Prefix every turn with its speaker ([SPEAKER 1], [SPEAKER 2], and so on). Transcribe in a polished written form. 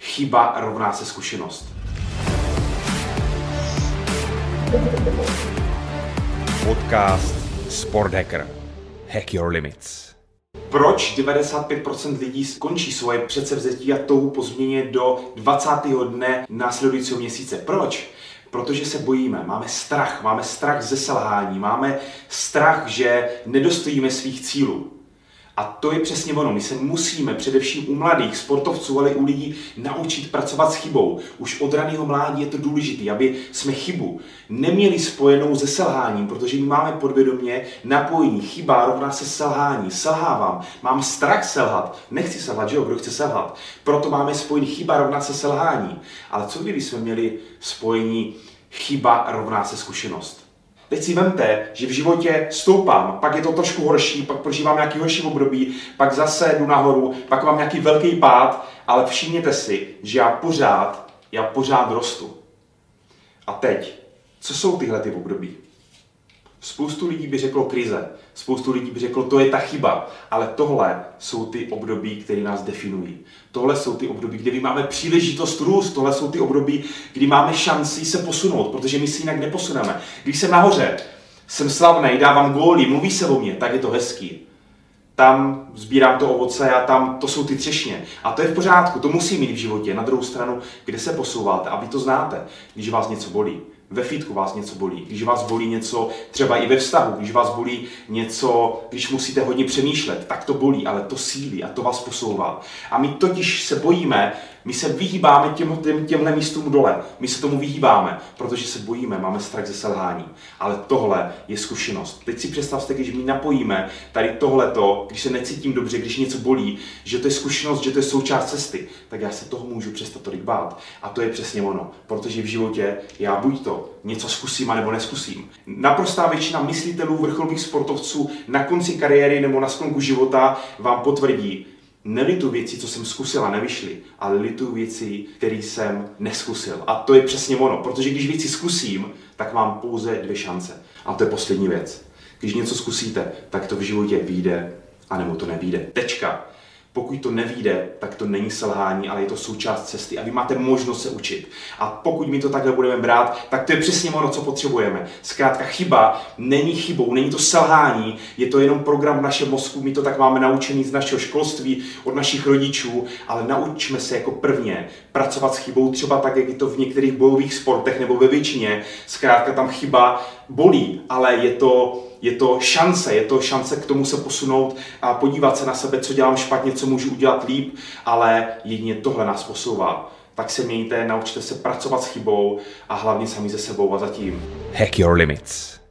[SPEAKER 1] chyba rovná se zkušenost.
[SPEAKER 2] Podcast Sport Hacker. Hack your limits.
[SPEAKER 1] Proč 95% lidí skončí svoje předsevzetí a touhu po změně do 20. dne následujícího měsíce? Proč? Protože se bojíme, máme strach ze selhání, máme strach, že nedostojíme svých cílů. A to je přesně ono. My se musíme především u mladých sportovců, ale i u lidí naučit pracovat s chybou. Už od raného mládí je to důležité, aby jsme chybu neměli spojenou se selháním, protože my máme podvědomě napojení. Chyba rovná se selhání. Selhávám. Mám strach selhat. Nechci selhat, že jo? Kdo chce selhat? Proto máme spojení chyba rovná se selhání. Ale co kdyby jsme měli spojení chyba rovná se zkušenost? Teď si vemte, že v životě stoupám, pak je to trošku horší, pak prožívám nějaký horší období, pak zase jdu nahoru, pak mám nějaký velký pád, ale všimněte si, že já pořád rostu. A teď, co jsou tyhle ty období? Spoustu lidí by řeklo krize, spoustu lidí by řeklo, to je ta chyba, ale tohle jsou ty období, které nás definují. Tohle jsou ty období, kde my máme příležitost růst, tohle jsou ty období, kdy máme šanci se posunout, protože my si jinak neposuneme. Když jsem nahoře, jsem slavnej, dávám góly, mluví se o mně, tak je to hezký. Tam sbírám to ovoce a tam to jsou ty třešně. A to je v pořádku, to musí mít v životě. Na druhou stranu, kde se posouváte, a vy to znáte, když vás něco bolí. Ve fitku vás něco bolí, když vás bolí něco, třeba i ve vztahu, když vás bolí něco, když musíte hodně přemýšlet, tak to bolí, ale to sílí a to vás posouvá. A my totiž se bojíme, my se vyhýbáme těmhle místům dole. My se tomu vyhýbáme, protože se bojíme, máme strach ze selhání. Ale tohle je zkušenost. Teď si představte, když my napojíme tady tohleto, když se necítím dobře, když něco bolí, že to je zkušenost, že to je součást cesty, tak já se toho můžu přestat tolik bát. A to je přesně ono, protože v životě já buď to něco zkusím, anebo neskusím. Naprostá většina myslitelů, vrcholových sportovců na konci kariéry nebo na sklonku života vám potvrdí, nelitu věci, co jsem zkusil a nevyšly, ale litu věci, které jsem neskusil. A to je přesně ono, protože když věci zkusím, tak mám pouze 2 šance. A to je poslední věc. Když něco zkusíte, tak to v životě vyjde, anebo to nevyjde. Tečka. Pokud to nevyjde, tak to není selhání, ale je to součást cesty a vy máte možnost se učit. A pokud my to takhle budeme brát, tak to je přesně ono, co potřebujeme. Zkrátka chyba není chybou, není to selhání, je to jenom program v našem mozku, my to tak máme naučený z našeho školství, od našich rodičů, ale naučme se jako prvně pracovat s chybou, třeba tak, jak je to v některých bojových sportech nebo ve většině. Zkrátka tam chyba bolí, ale je to šance k tomu se posunout a podívat se na sebe, co dělám špatně, co můžu udělat líp, ale jedině tohle nás posouvá. Tak se mějte, naučte se pracovat s chybou a hlavně sami se sebou a zatím.
[SPEAKER 2] Hack your limits.